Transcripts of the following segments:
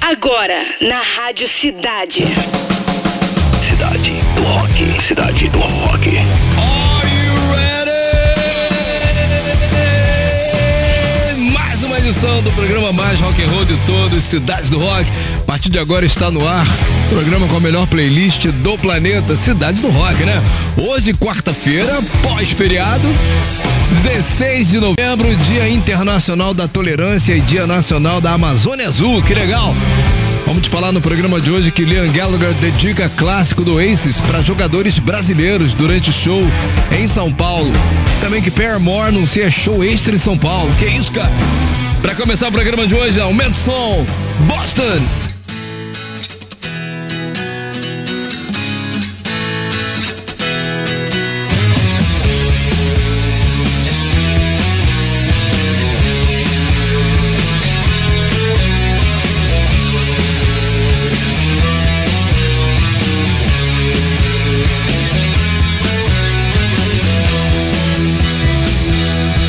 Agora, na Rádio Cidade. Cidade do Rock. Cidade do Rock. Are you ready? Mais uma edição do programa mais rock and roll de todos, Cidade do Rock. A partir de agora está no ar, programa com a melhor playlist do planeta, Cidade do Rock, né? Hoje, quarta-feira, pós-feriado, 16 de novembro, Dia Internacional da Tolerância e Dia Nacional da Amazônia Azul. Que legal! Vamos te falar no programa de hoje que Liam Gallagher dedica clássico do Oasis para jogadores brasileiros durante show em São Paulo. Também que Paramore anuncia show extra em São Paulo. Que isso, cara? Para começar o programa de hoje, aumenta o som. Boston!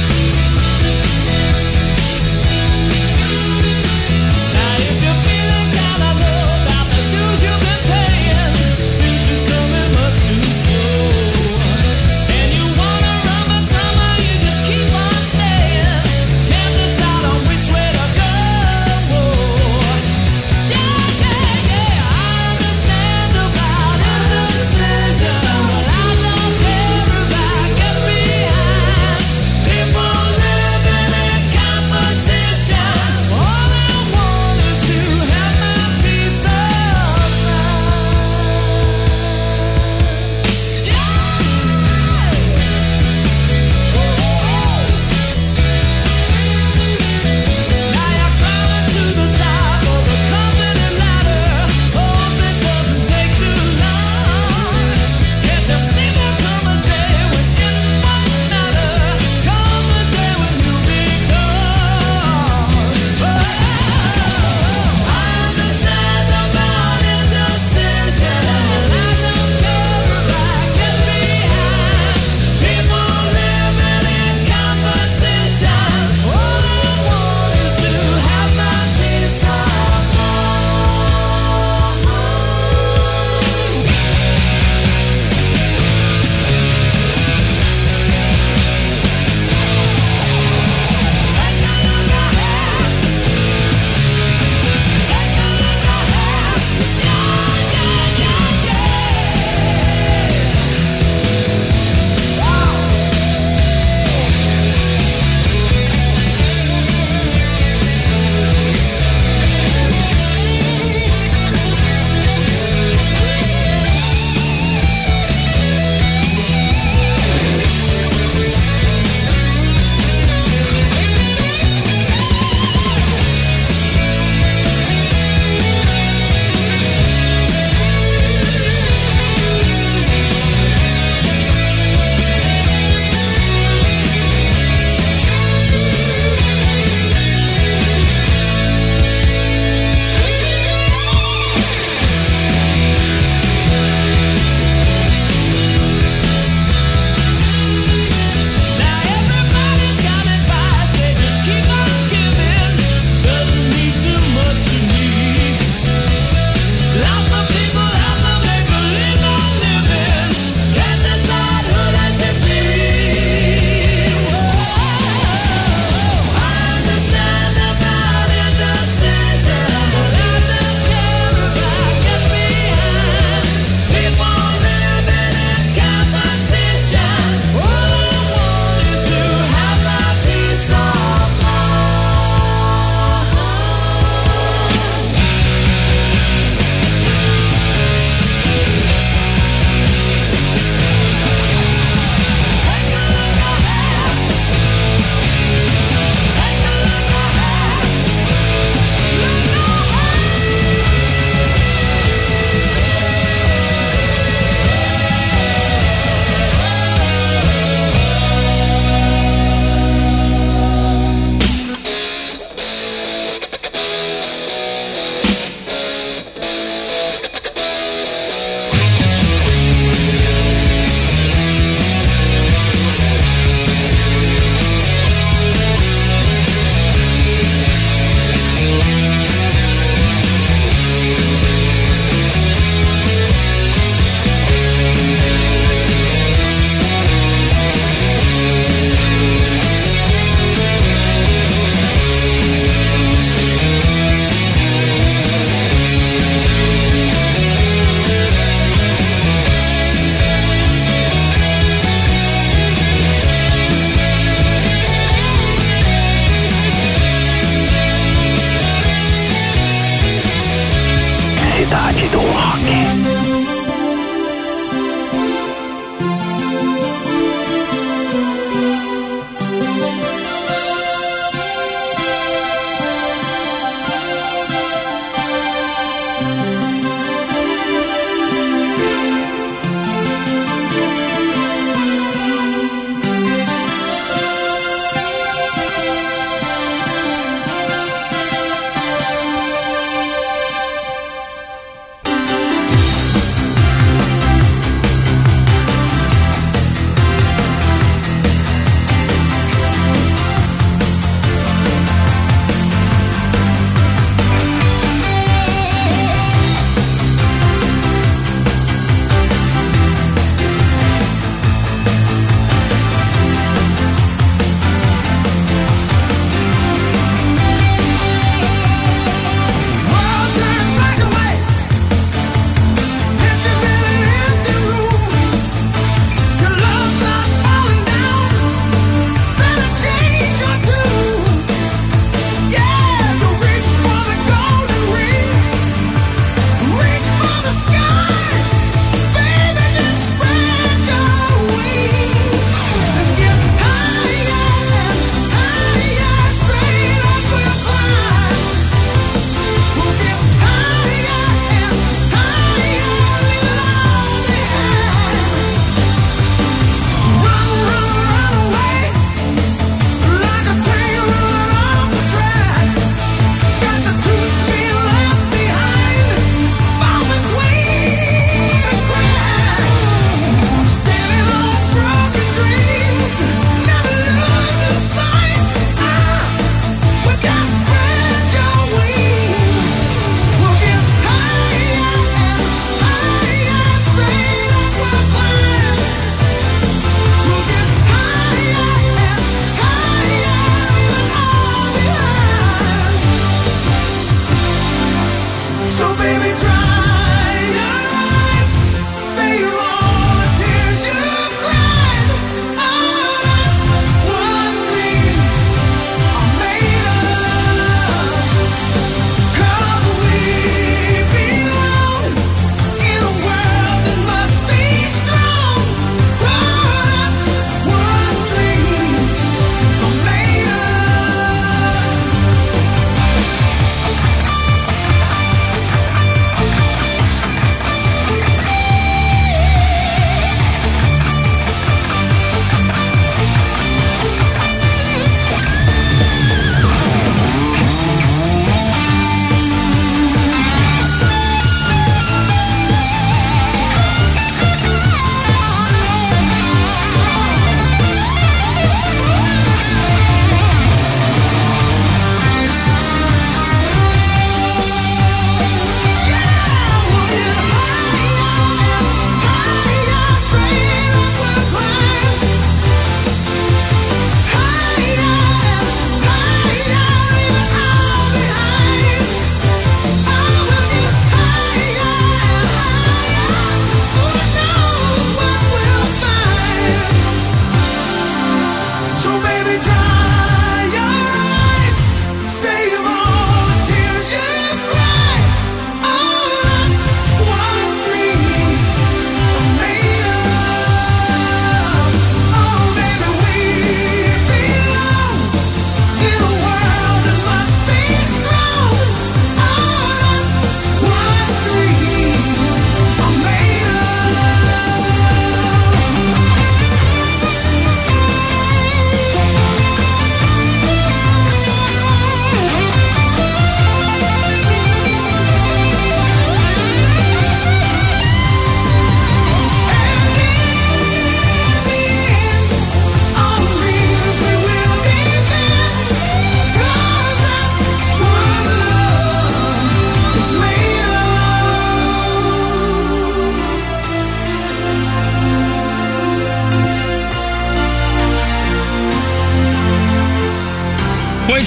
Now if you're feeling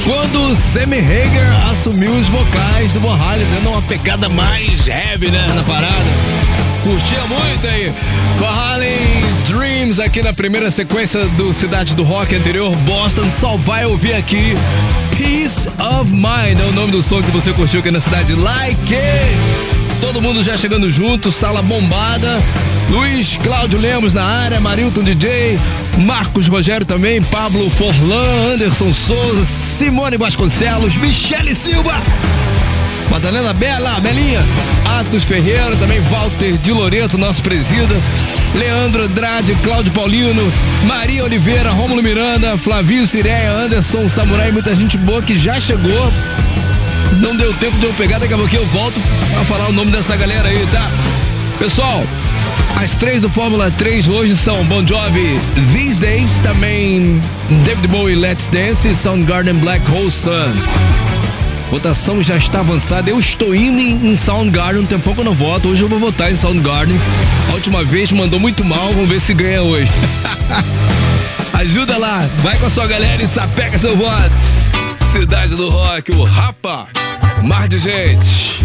quando Sammy Hagar assumiu os vocais do Van Halen, dando uma pegada mais heavy, né, na parada. Curtia muito aí. Van Halen Dreams aqui na primeira sequência do Cidade do Rock anterior. Boston só vai ouvir aqui Peace of Mind, é o nome do som que você curtiu aqui na cidade. Like it! Todo mundo já chegando junto, sala bombada. Luiz Cláudio Lemos na área, Marilton DJ, Marcos Rogério também, Pablo Forlan, Anderson Souza, Simone Vasconcelos, Michele Silva, Madalena Belinha, Atos Ferreira, também Walter de Loreto, nosso presida, Leandro Andrade, Cláudio Paulino, Maria Oliveira, Rômulo Miranda, Flavinho Cireia, Anderson Samurai, muita gente boa que já chegou. Não deu tempo de eu pegar, daqui a pouquinho eu volto pra falar o nome dessa galera aí, tá? Pessoal, as 3 do Fórmula 3 hoje são Bon Jovi, These Days, também David Bowie, Let's Dance, Soundgarden, Black Hole Sun. Votação já está avançada, eu estou indo em Soundgarden, tem pouco eu não voto, hoje eu vou votar em Soundgarden. A última vez mandou muito mal, vamos ver se ganha hoje. Ajuda lá, vai com a sua galera e sapeca seu voto. Cidade do Rock, o Rapa, mar de gente.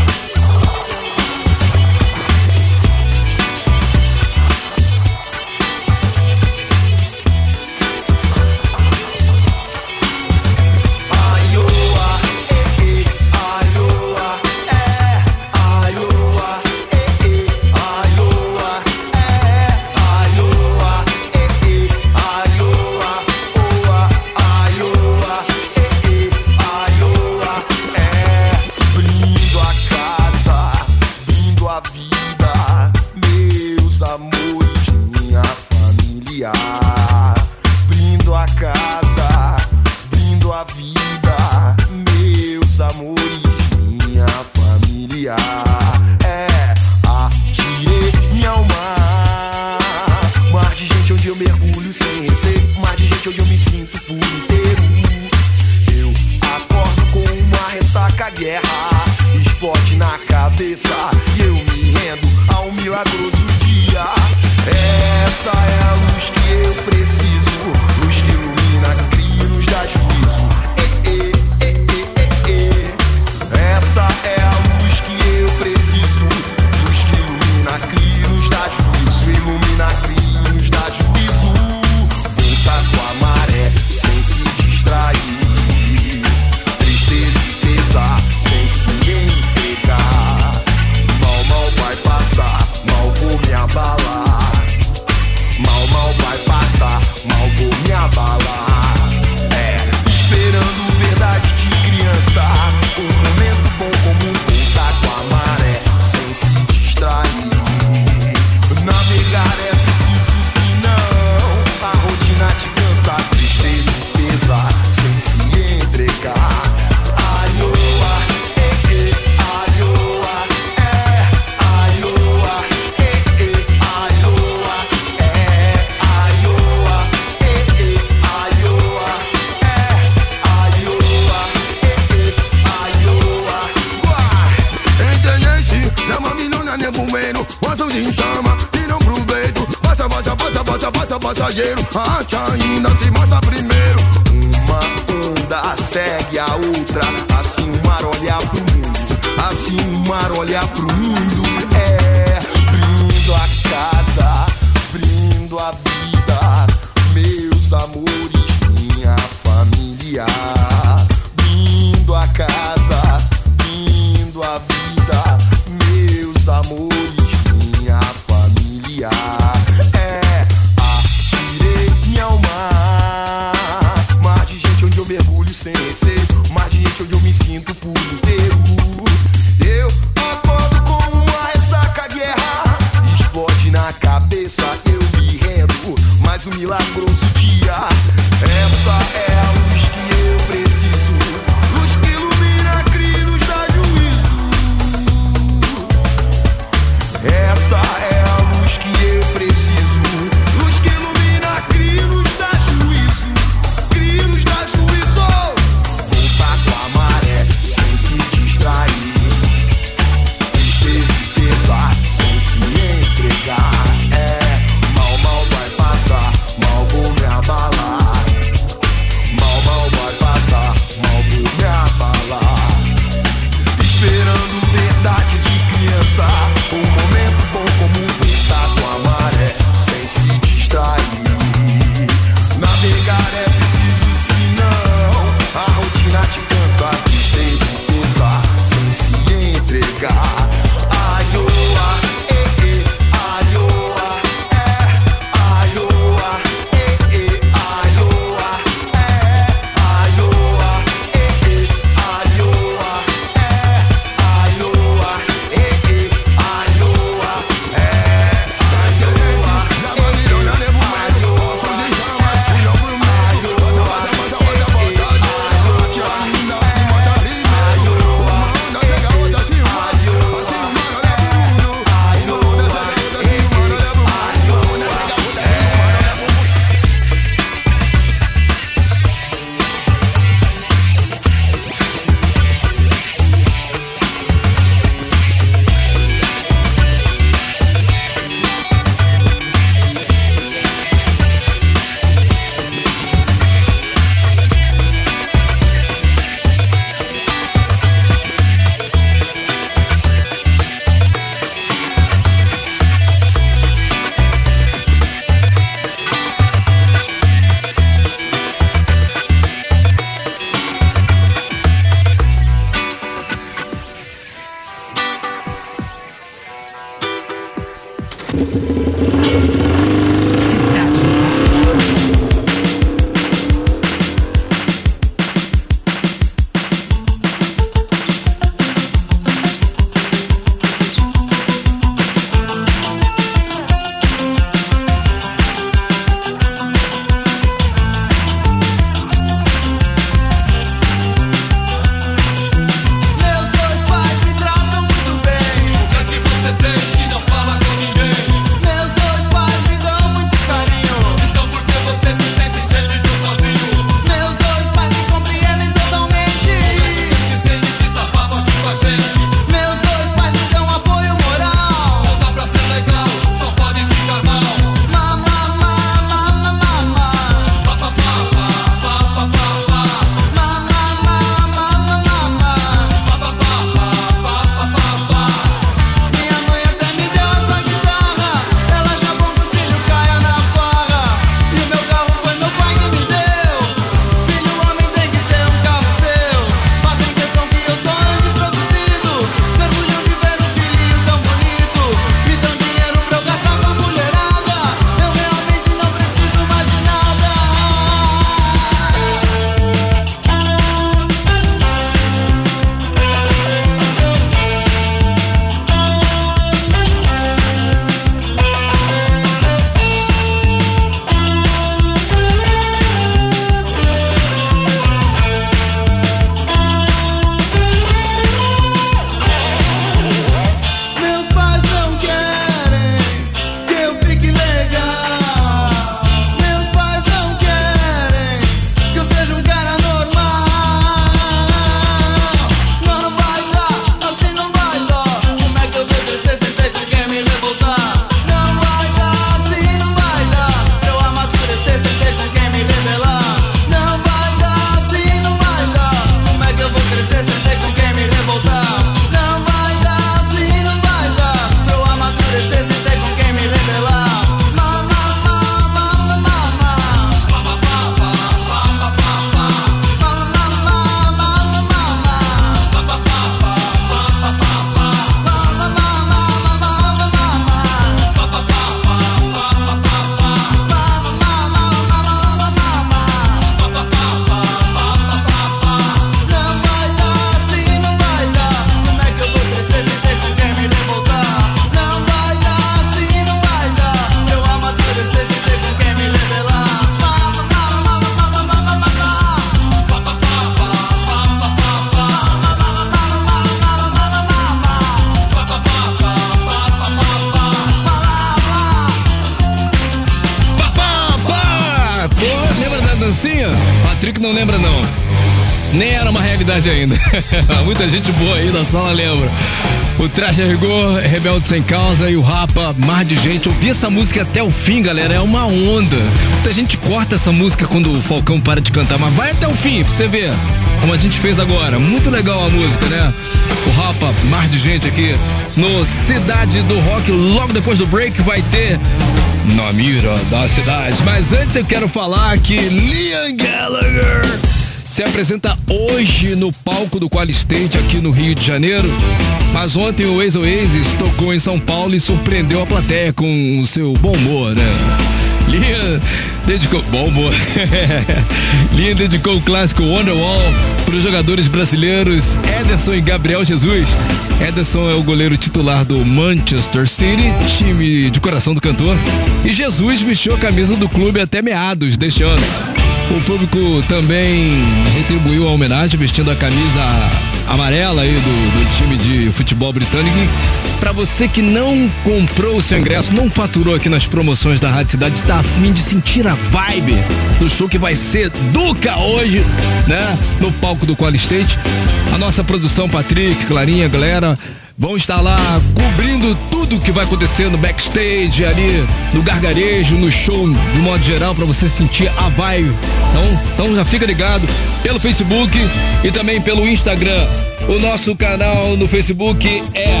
Patrick não lembra, não. Nem era uma realidade ainda. Muita gente boa aí na sala lembra. O Traje a Rigor, Rebelde Sem Causa e o Rapa, Mar de Gente. Ouvi essa música até o fim, galera, é uma onda. Muita gente corta essa música quando o Falcão para de cantar, mas vai até o fim pra você ver, como a gente fez agora. Muito legal a música, né? O Rapa, Mar de Gente aqui no Cidade do Rock. Logo depois do break vai ter Na Mira da Cidade. Mas antes eu quero falar que Liam Gallagher se apresenta hoje no palco do Qual State aqui no Rio de Janeiro, mas ontem o ex-Oasis tocou em São Paulo e surpreendeu a plateia com o seu bom humor, né? Liam dedicou bom humor. Liam dedicou o clássico Wonderwall para os jogadores brasileiros Ederson e Gabriel Jesus. Ederson é o goleiro titular do Manchester City, time de coração do cantor, e Jesus vestiu a camisa do clube até meados deste ano. O público também retribuiu a homenagem vestindo a camisa amarela aí do time de futebol britânico. Para você que não comprou o seu ingresso, não faturou aqui nas promoções da Rádio Cidade, está a fim de sentir a vibe do show que vai ser Duca hoje, né? No palco do Qual State. A nossa produção, Patrick, Clarinha, galera, vão estar lá cobrindo tudo que vai acontecer no backstage, ali no gargarejo, no show, de modo geral, para você sentir a vibe. Então já fica ligado pelo Facebook e também pelo Instagram. O nosso canal no Facebook é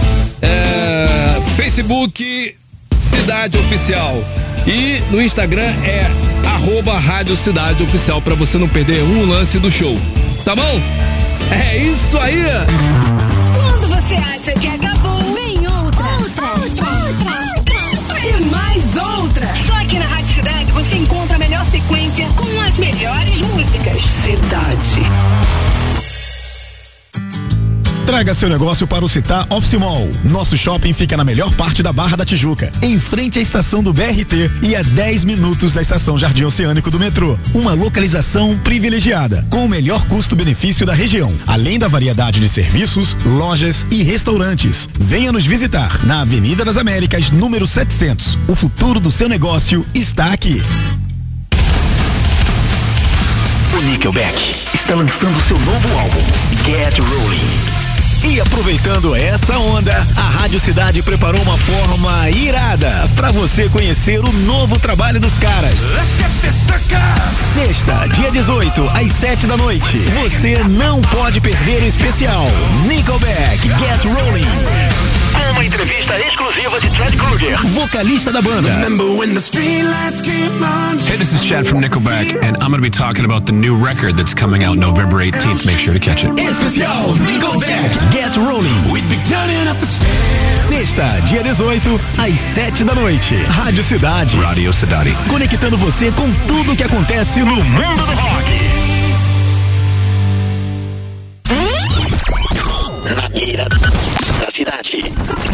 Facebook Cidade Oficial e no Instagram é @Rádio Cidade Oficial, para você não perder um lance do show, tá bom? É isso aí! Quando você acha que acabou, vem outra. E mais outra. Só aqui na Rádio Cidade você encontra a melhor sequência com as melhores músicas. Cidade. Traga seu negócio para o Città Office Mall. Nosso shopping fica na melhor parte da Barra da Tijuca, em frente à estação do BRT e a 10 minutos da estação Jardim Oceânico do metrô. Uma localização privilegiada, com o melhor custo-benefício da região, além da variedade de serviços, lojas e restaurantes. Venha nos visitar na Avenida das Américas, número 700. O futuro do seu negócio está aqui. O Nickelback está lançando seu novo álbum, Get Rolling. E aproveitando essa onda, a Rádio Cidade preparou uma forma irada para você conhecer o novo trabalho dos caras. Sexta, dia 18, às 7 da noite. Você não pode perder o especial Nickelback Get Rolling. Com uma entrevista exclusiva de Fred Krueger, vocalista da banda. Hey, this is Chad from Nickelback, and I'm going to be talking about the new record that's coming out November 18th. Make sure to catch it. Especial Nickelback Get Rolling. Sexta, dia 18, às 7 da noite. Rádio Cidade. Radio Cidade. Conectando você com tudo que acontece no mundo do rock. na mira da cidade.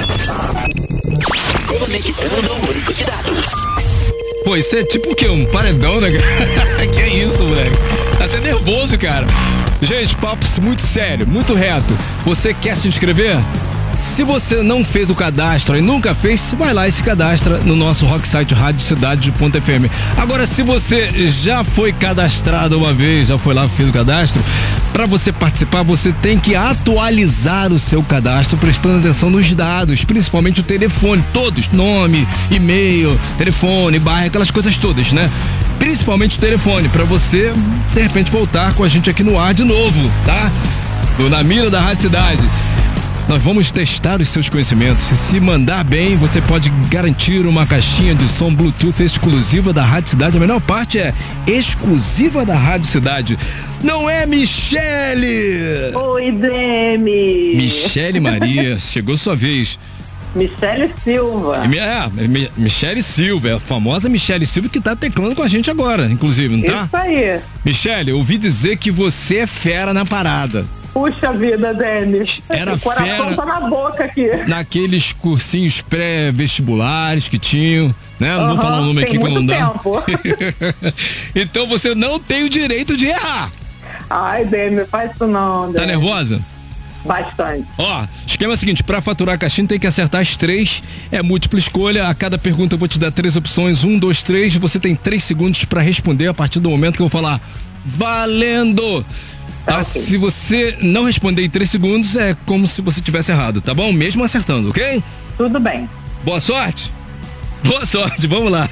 Conectando o banco de dados. Pô, isso é tipo o quê? Um paredão, né? Que é isso, moleque? Tá até nervoso, cara. Gente, papo muito sério, muito reto. Você quer se inscrever? Se você não fez o cadastro e nunca fez, vai lá e se cadastra no nosso rock site radiocidade.fm. Agora, se você já foi cadastrado uma vez, já foi lá e fez o cadastro, para você participar, você tem que atualizar o seu cadastro, prestando atenção nos dados, principalmente o telefone, todos, nome, e-mail, telefone, bairro, aquelas coisas todas, né? Principalmente o telefone, para você, de repente, voltar com a gente aqui no ar de novo, tá? Na mira da Rádio Cidade. Nós vamos testar os seus conhecimentos. Se mandar bem, você pode garantir uma caixinha de som Bluetooth exclusiva da Rádio Cidade. A melhor parte é exclusiva da Rádio Cidade. Não é, Michele? Oi, Demi. Michele Maria, chegou sua vez. Michele Silva. Michele Silva, a famosa Michele Silva que tá teclando com a gente agora, inclusive, não tá? Isso aí. Michele, eu ouvi dizer que você é fera na parada. Puxa vida, Demi. Era o coração fera tá na boca aqui. Naqueles cursinhos pré-vestibulares que tinham, né? Não vou falar o nome aqui pra não dar. Então você não tem o direito de errar. Ai, Demi, faz isso não, Demi. Tá nervosa? Bastante. Ó, esquema é o seguinte, pra faturar a caixinha tem que acertar as 3, é múltipla escolha, a cada pergunta eu vou te dar 3 opções, 1, 2, 3, você tem 3 segundos pra responder a partir do momento que eu vou falar valendo! Tá? Ok. Se você não responder em 3 segundos, é como se você tivesse errado, tá bom? Mesmo acertando, ok? Tudo bem. Boa sorte! Boa sorte, vamos lá!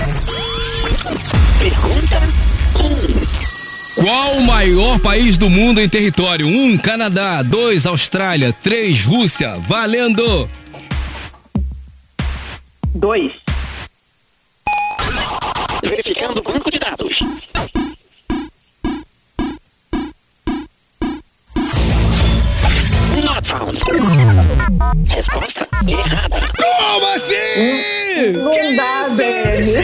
Pergunta 1. Qual o maior país do mundo em território? 1, Canadá. 2, Austrália. 3, Rússia. Valendo! 2. Verificando o banco de dados. Not found. Resposta errada. Como assim? Não dá, Dani.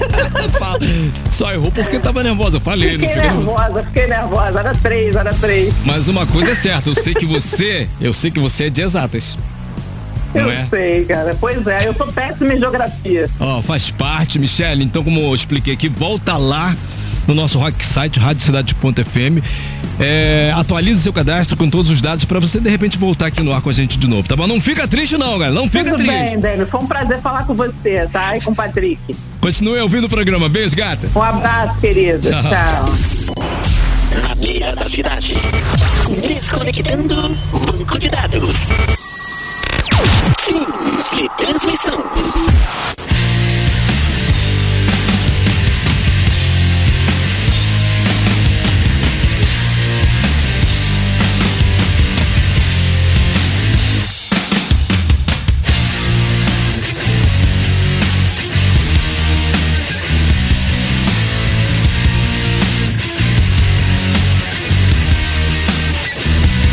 Só errou porque tava nervosa. Eu falei, não Fiquei fiquei nervosa. nervosa. Era 3. Mas uma coisa é certa, eu sei que você é de exatas. Não Eu é? sei, cara. Pois é, eu sou péssima em geografia. Ó, faz parte, Michele. Então, como eu expliquei aqui, volta lá no nosso rock site, radiocidade.fm. Atualize seu cadastro com todos os dados pra você de repente voltar aqui no ar com a gente de novo, tá bom? Não fica triste não, galera, não fica Tudo triste. bem, Dani. Foi um prazer falar com você, tá? E com o Patrick. Continue ouvindo o programa. Beijo, gata. Um abraço, querida. Tchau. Tchau. Na beira da cidade. Desconectando banco de dados. Fim de transmissão.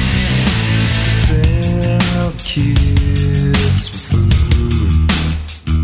Kids with food.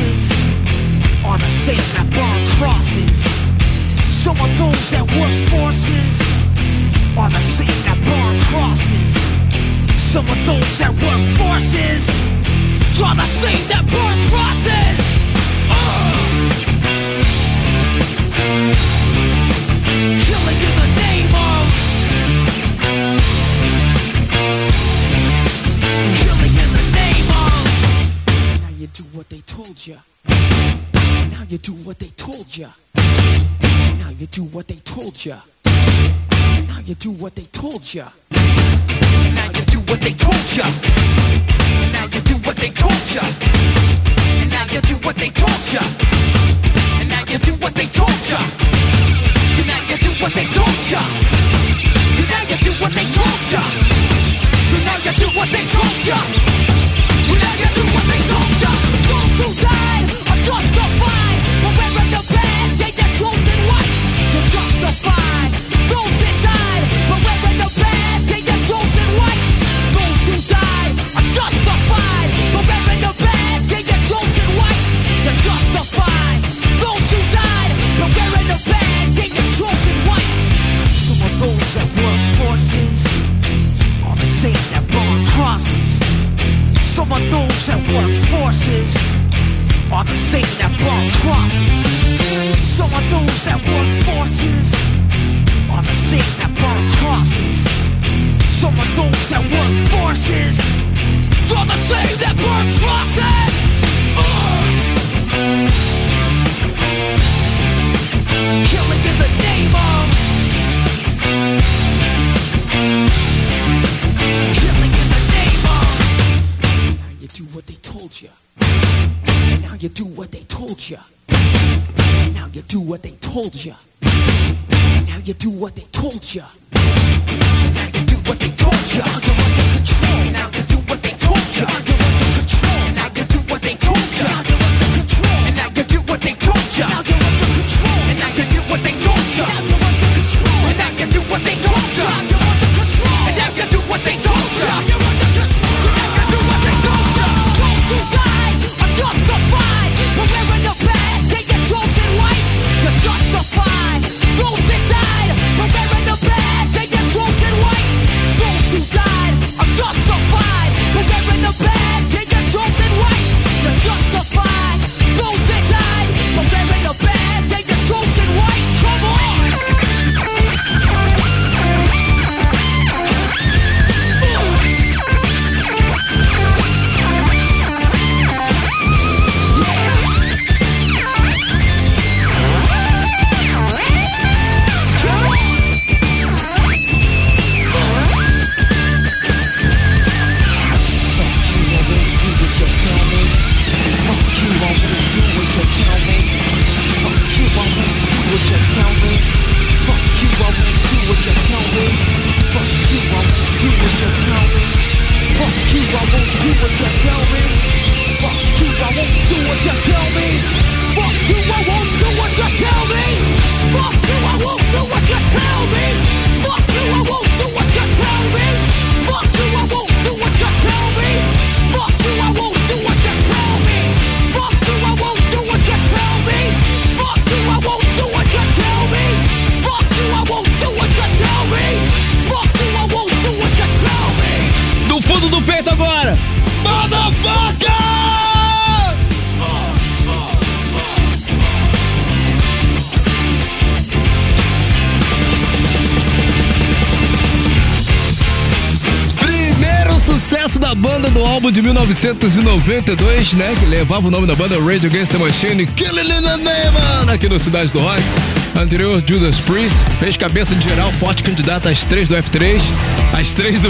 forces are the same that burn crosses. Some of those that work forces are the same that burn crosses. Some of those that work forces are the same that burn crosses. Killing in the name of. Killing in the name of. Now you do what they told you. Now you do what they told you. Now you do what they told you. Now you do what they told you. Now you do what they told you. Now you do what they told you. Now you do what they told you. And now you do what they told you. Now you do what they told you. Now you do what they told you. Now you do what they told you. Now you do what they told you. Those who died are justified for wearing the badge and your chosen white. You're justified. Those that died for wearing the badge and your chosen white. Those who died are justified for wearing the badge and your chosen white. You're justified. Those who died for wearing the badge and your chosen white. Some of those that work forces are the same that burn crosses. Some of those that work forces are the same that burn crosses. Some of those that work forces are the same that burn crosses. Some of those that work forces are the same that burn crosses. Killing in the name of. Killing in the name of. Now you do what they told you. And now you do what they told you. And now you do what they told you. And now you do what they told you. And now you do what they told you. You're under control. And now you do what they told you. You're under control. And now you do what they told you. You're under control. And now you do what they told you. Now you're under control. And now you do what they told you. Now you're under control. And now you do what they told you. You're under control. And now you do what they told you. You're under control. And now you do what they told you. Those who died are justified for wearing the badge and your chosen white. You're justified. Those that died for wearing the badge and your chosen white. Those who died are justified for wearing the badge and your chosen white. You're justified. Those that died for wearing the badge and your chosen white. Come on. Do fundo do peito agora, motherfucker! Primeiro sucesso da banda do álbum de 1992, né? Que levava o nome da banda Rage Against the Machine, Killing in the Name, aqui no Cidade do Rock. Anterior, Judas Priest, fez cabeça de geral, forte candidato às 3 do F3, às 3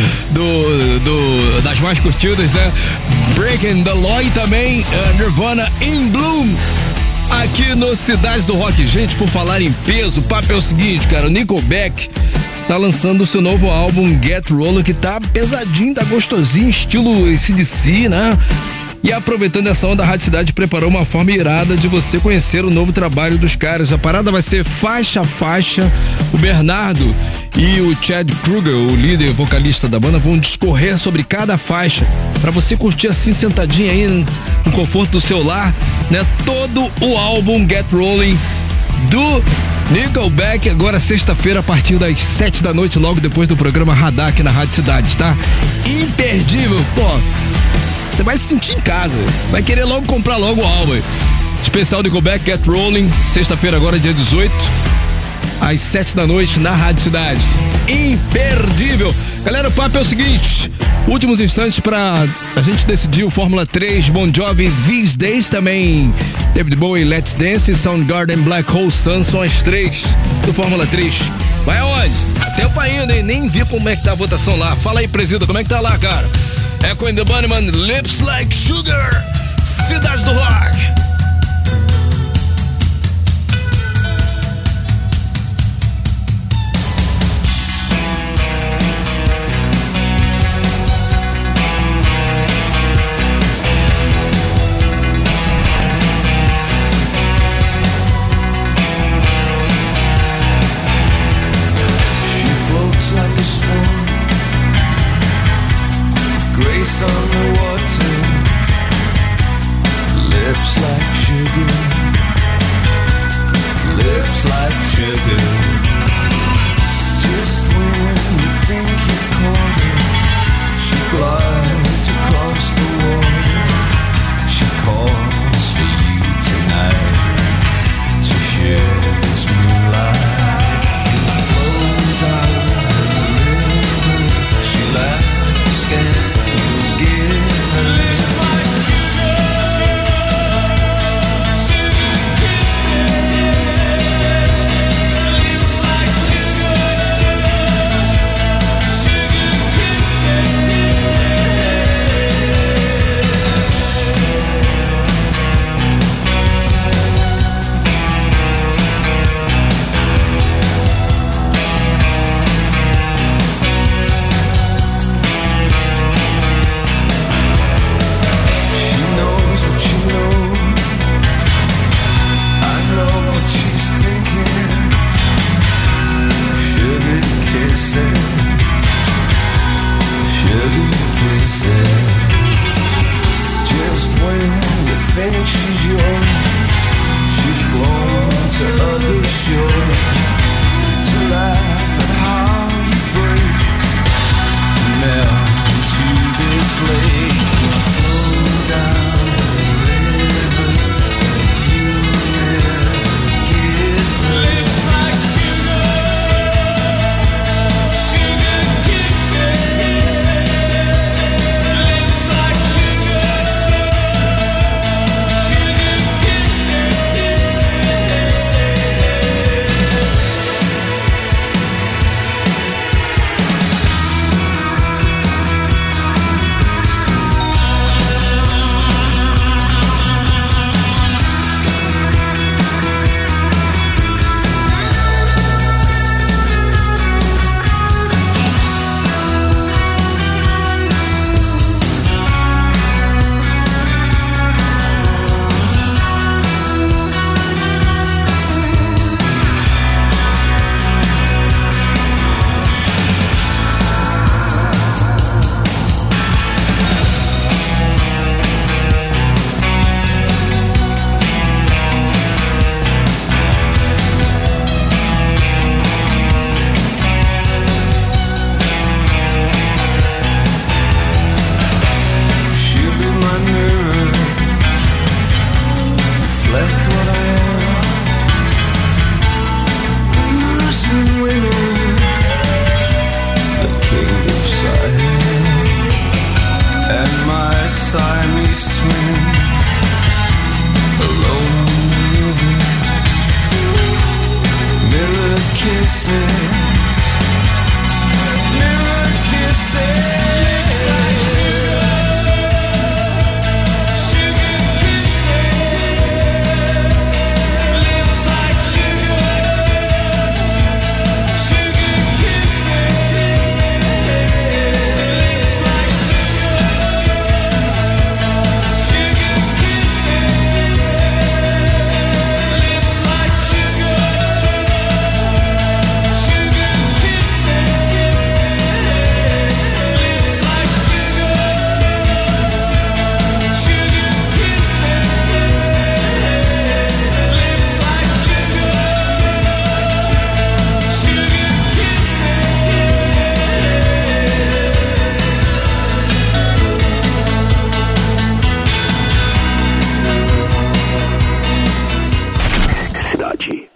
das mais curtidas, né? Breaking the Law e também Nirvana In Bloom, aqui no Cidade do Rock. Gente, por falar em peso, o papo é o seguinte, cara, o Nickelback tá lançando o seu novo álbum Get Roller, que tá pesadinho, tá gostosinho, estilo AC/DC, né? E aproveitando essa onda, a Rádio Cidade preparou uma forma irada de você conhecer o novo trabalho dos caras. A parada vai ser faixa a faixa. O Bernardo e o Chad Kruger, o líder e vocalista da banda, vão discorrer sobre cada faixa para você curtir assim sentadinho aí no conforto do seu lar, né? Todo o álbum Get Rolling do Nickelback, agora sexta-feira a partir das 7 da noite, logo depois do programa Radar aqui na Rádio Cidade, tá? Imperdível, pô. Você vai se sentir em casa, vai querer logo comprar logo o álbum. Especial Nickelback, Get Rolling, sexta-feira agora, dia 18, às 7 da noite na Rádio Cidade. Imperdível. Galera, o papo é o seguinte, últimos instantes pra a gente decidir o Fórmula 3, Bon Jovi, These Days, também David Bowie, Let's Dance, Soundgarden, Black Hole Sun, são as 3 do Fórmula 3. Vai aonde? Tempo ainda, hein? Nem vi como é que tá a votação lá. Fala aí, presida, como é que tá lá, cara? Echo and the Bunnymen, Lips Like Sugar, Cidade do Rock. On the water, lips like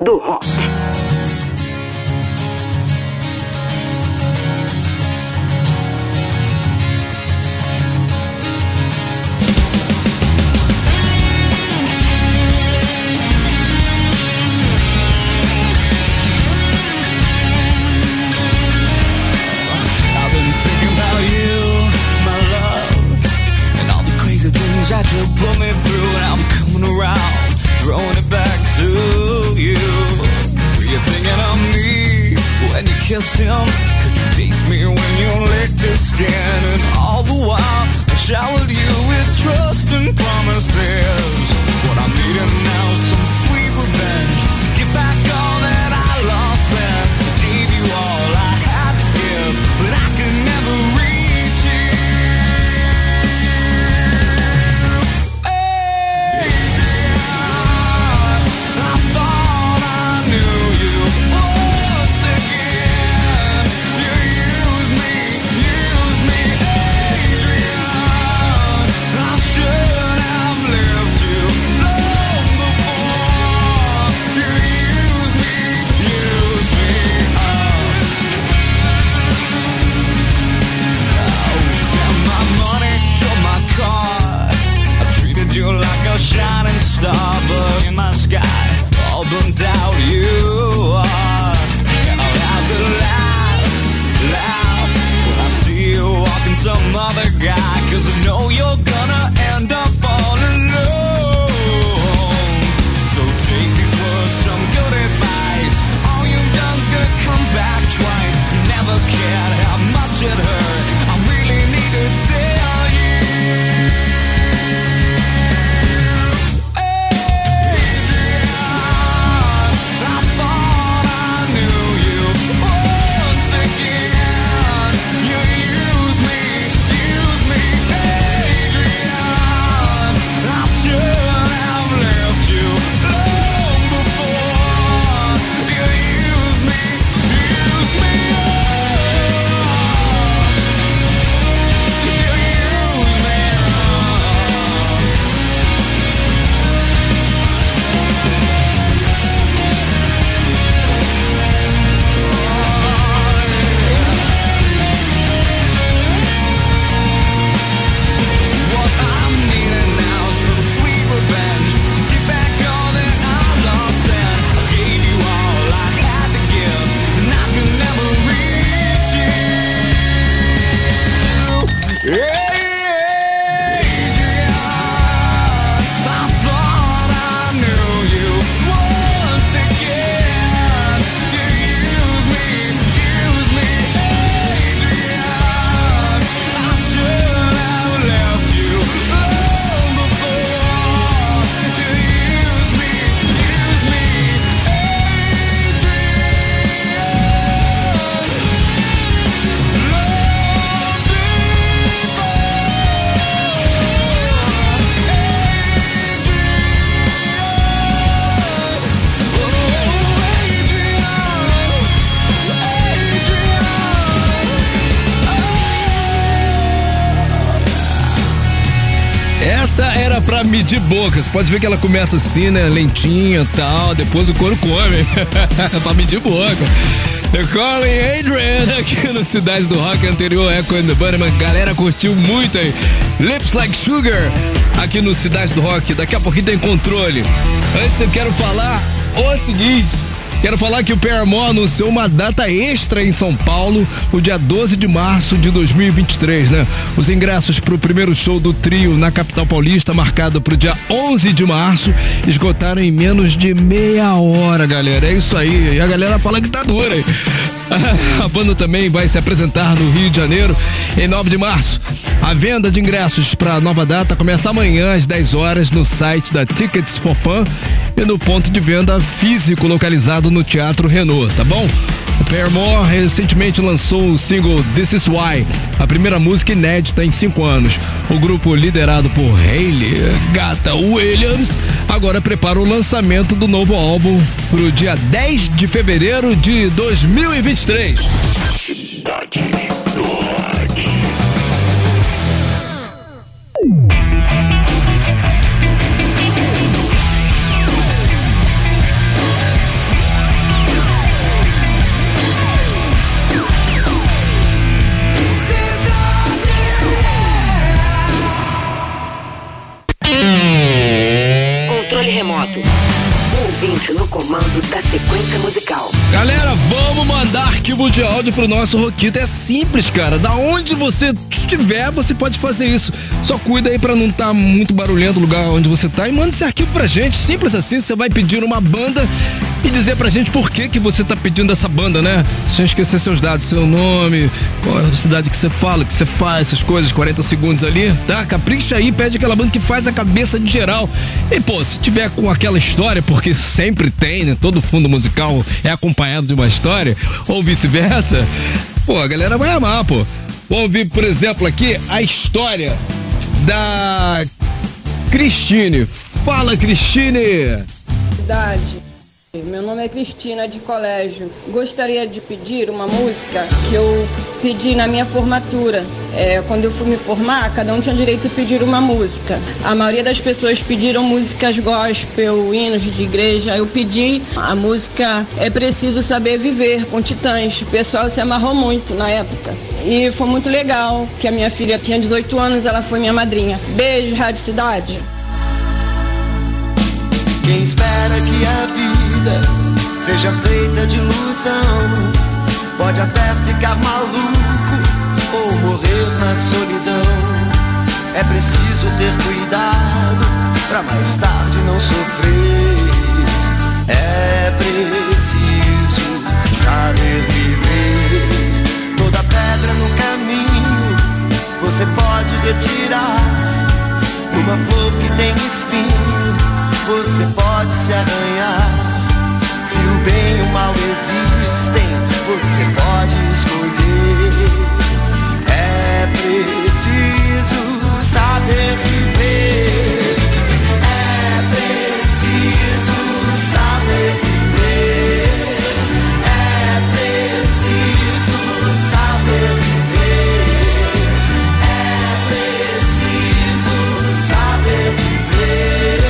do Rock. Tried to pull me through and I'm coming around, throwing it back to you. Were you thinking of me when you kissed him? Could you taste me when you licked his skin? And all the while I showered you with trust and promises. What I'm needing now is some sweet revenge to get back all that I lost and gave you all I had to give, but I could never reach you. You like a shining star, but in my sky, all burnt out you are. And I'll have to laugh when I see you walking some other guy, 'cause I know you're gonna end up all alone. So take these words, some good advice. All you've done's gonna come back twice. You never cared how much it hurt. I really need to tell you. Essa era pra medir boca. Você pode ver que ela começa assim, né? Lentinha e tal. Depois o couro come. Pra medir boca. The Calling Adrian aqui no Cidade do Rock, anterior Echo and the Bunnymen. Galera curtiu muito aí. Lips Like Sugar aqui no Cidade do Rock. Daqui a pouquinho tem Controle. Antes eu quero falar o seguinte. Quero falar que o Paramore anunciou uma data extra em São Paulo, no dia 12 de março de 2023, né? Os ingressos para o primeiro show do trio na capital paulista, marcado para o dia 11 de março, esgotaram em menos de meia hora, galera. É isso aí. E a galera fala que tá dura, hein? A banda também vai se apresentar no Rio de Janeiro em 9 de março. A venda de ingressos para a nova data começa amanhã às 10 horas no site da Tickets for Fun e no ponto de venda físico localizado no Teatro Renault, tá bom? O Paramore recentemente lançou o single This Is Why, a primeira música inédita em 5 anos. O grupo, liderado por Hayley Gata Williams, agora prepara o lançamento do novo álbum para o dia 10 de fevereiro de 2023. Cidade do Rock. Ouvinte no comando da sequência musical. Galera, vamos mandar arquivo de áudio pro nosso Roquito. É simples, cara. Da onde você estiver, você pode fazer isso. Só cuida aí pra não estar muito barulhento o lugar onde você tá e manda esse arquivo pra gente. Simples assim, você vai pedir uma banda e dizer pra gente por que você tá pedindo essa banda, né? Sem esquecer seus dados, seu nome, qual é a cidade que você fala, que você faz, essas coisas, 40 segundos ali, tá? Capricha aí, pede aquela banda que faz a cabeça de geral. E, pô, se tiver com aquela história, porque sempre tem, né? Todo fundo musical é acompanhado de uma história, ou vice-versa, pô, a galera vai amar, pô. Vamos ouvir, por exemplo, aqui a história da Cristine. Fala, Cristine! Meu nome é Cristina, de colégio. Gostaria de pedir uma música que eu pedi na minha formatura. Quando eu fui me formar, cada um tinha direito de pedir uma música. A maioria das pessoas pediram músicas gospel, hinos de igreja. Eu pedi a música É Preciso Saber Viver, com Titãs. O pessoal se amarrou muito na época. E foi muito legal, que a minha filha tinha 18 anos, ela foi minha madrinha. Beijo, Rádio Cidade. Quem espera que a vida seja feita de ilusão pode até ficar maluco ou morrer na solidão. É preciso ter cuidado pra mais tarde não sofrer. É preciso saber viver. Toda pedra no caminho você pode retirar. Uma flor que tem espinho você pode se arranhar. Se o bem e o mal existem, você pode escolher. É preciso saber viver. É preciso saber viver. É preciso saber viver. É preciso saber viver.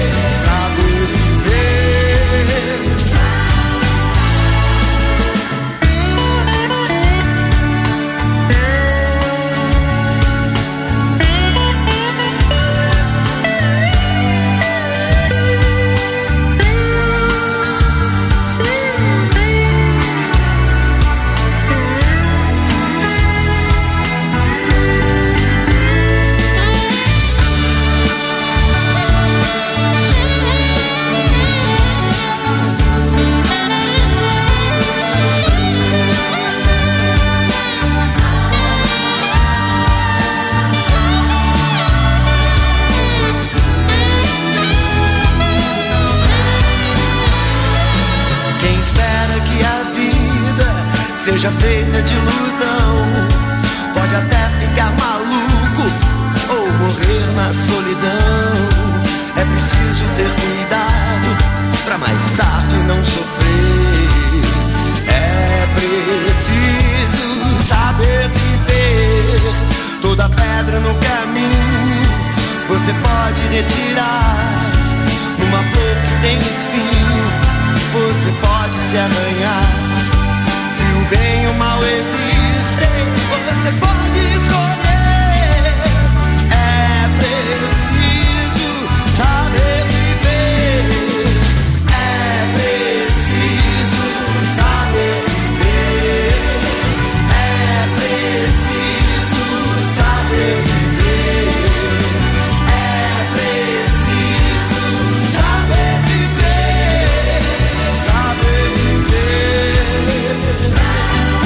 Seja feita de ilusão, pode até ficar maluco ou morrer na solidão. É preciso ter cuidado pra mais tarde não sofrer. É preciso saber viver. Toda pedra no caminho você pode retirar. Numa flor que tem espinho você pode se arranhar. Se o bem e o mal existem, você pode escolher. É preciso saber viver. É preciso saber viver. É preciso saber viver. É preciso saber viver. Saber viver.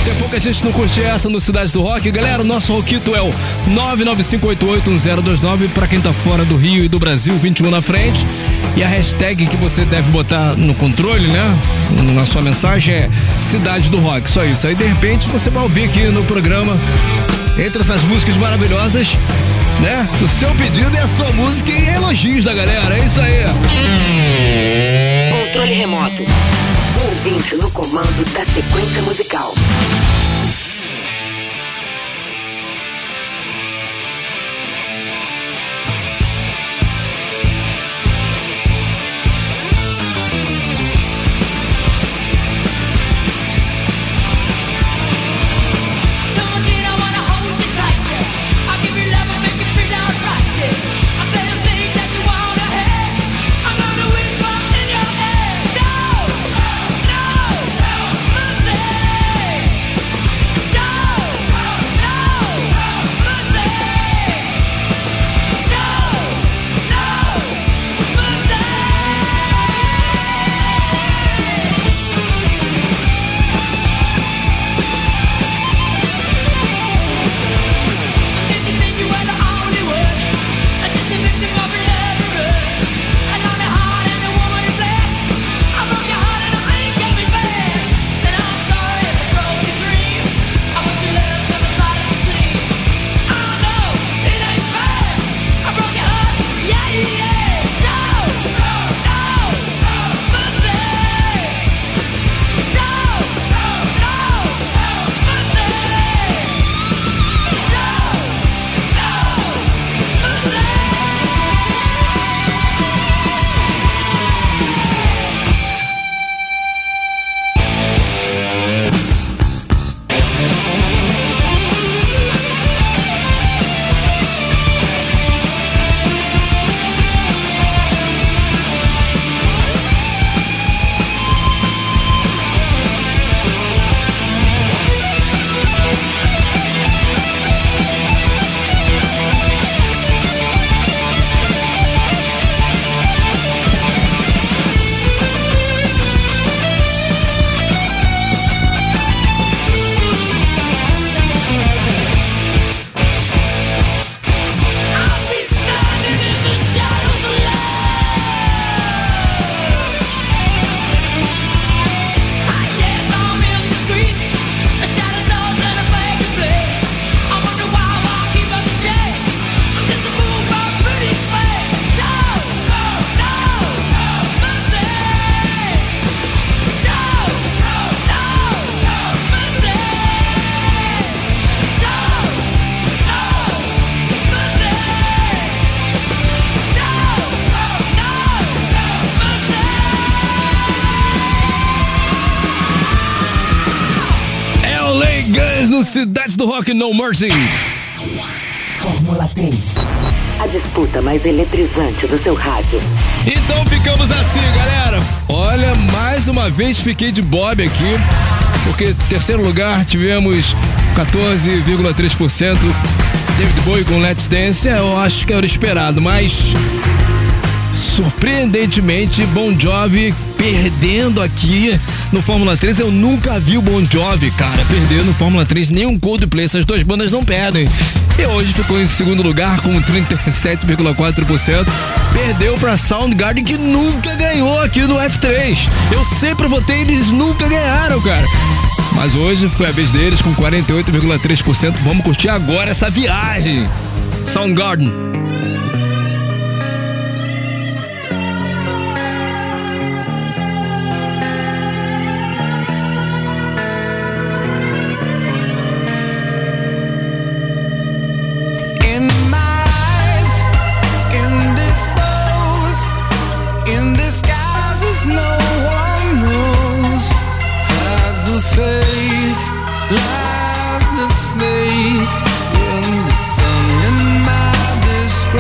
Tem pouco a gente não curte essa no Cidade do Rock. Galera, o nosso roquito é o 995881029 pra quem tá fora do Rio e do Brasil, 21 na frente. E a hashtag que você deve botar no controle, né? Na sua mensagem é Cidade do Rock, só isso. Aí de repente você vai ouvir aqui no programa, entre essas músicas maravilhosas, né? O seu pedido é a sua música e elogios da galera, é isso aí. Controle remoto. O ouvinte no comando da sequência musical. Cidades do Rock, No Mercy. Fórmula 3. A disputa mais eletrizante do seu rádio. Então ficamos assim, galera. Olha, mais uma vez fiquei de bob aqui, porque terceiro lugar tivemos 14,3%. David Bowie com Let's Dance, eu acho que era esperado, mas surpreendentemente Bon Jovi perdendo aqui no Fórmula 3. Eu nunca vi o Bon Jovi, cara, perder no Fórmula 3, nem um Coldplay. Essas duas bandas não perdem. E hoje ficou em segundo lugar com 37,4%. Perdeu pra Soundgarden, que nunca ganhou aqui no F3. Eu sempre votei, eles nunca ganharam, cara. Mas hoje foi a vez deles com 48,3%. Vamos curtir agora essa viagem. Soundgarden. Lies the snake in the sun in my disgrace.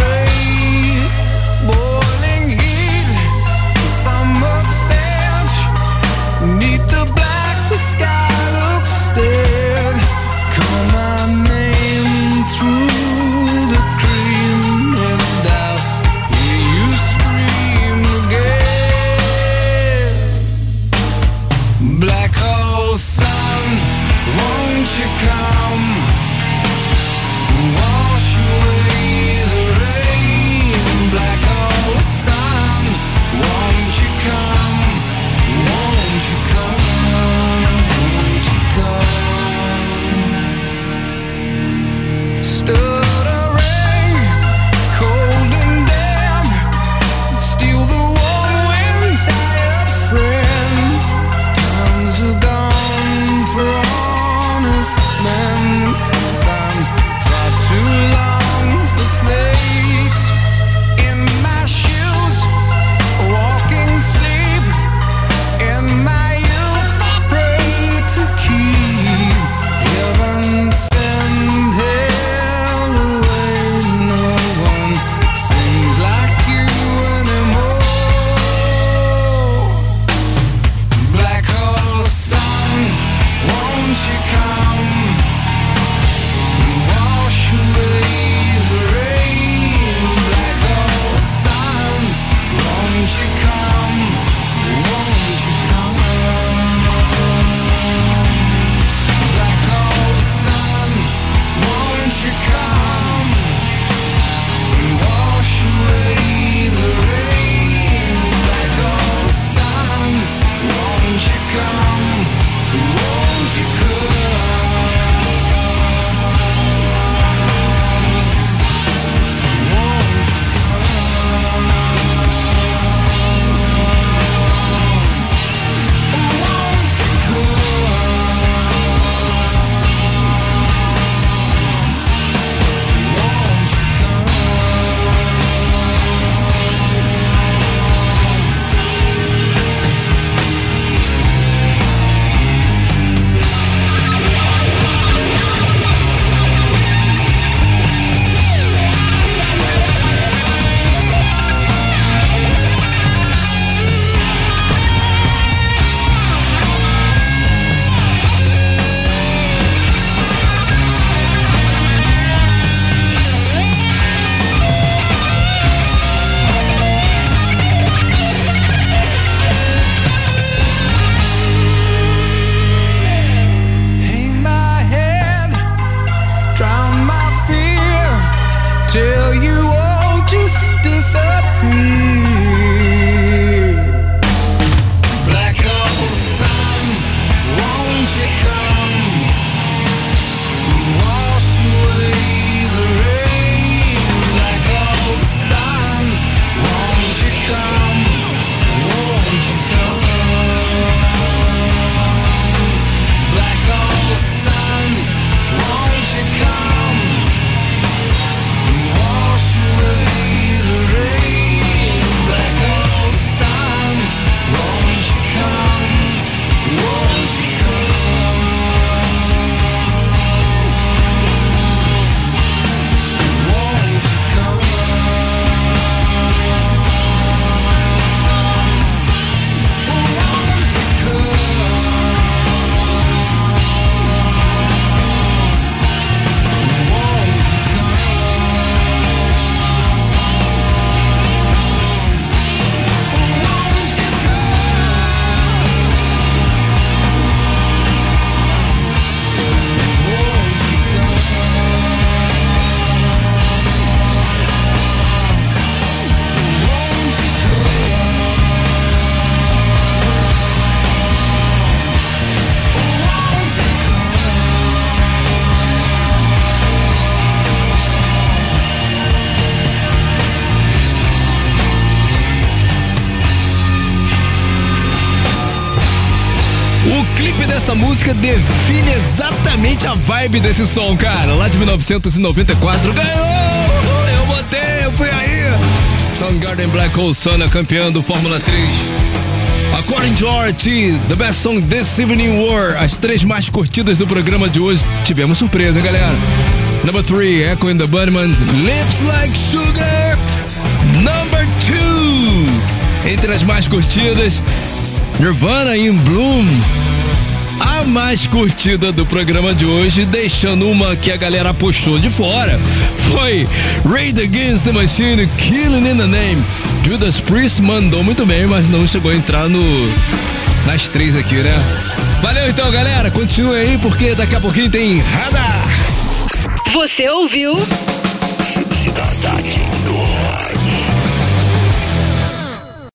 O clipe dessa música define exatamente a vibe desse som, cara. Lá de 1994, ganhou! Eu botei, eu fui aí. Soundgarden, Black Hole Sun, campeão do Fórmula 3. According to RT, the best song this evening were as 3 mais curtidas do programa de hoje. Tivemos surpresa, galera. Number 3, Echo and the Bunnymen, Lips Like Sugar. Number 2, entre as mais curtidas, Nirvana in Bloom. A mais curtida do programa de hoje, deixando uma que a galera puxou de fora, foi Rage Against the Machine, Killing in the Name. Judas Priest mandou muito bem, mas não chegou a entrar nas 3 aqui, né? Valeu então, galera, continue aí porque daqui a pouquinho tem Radar. Você ouviu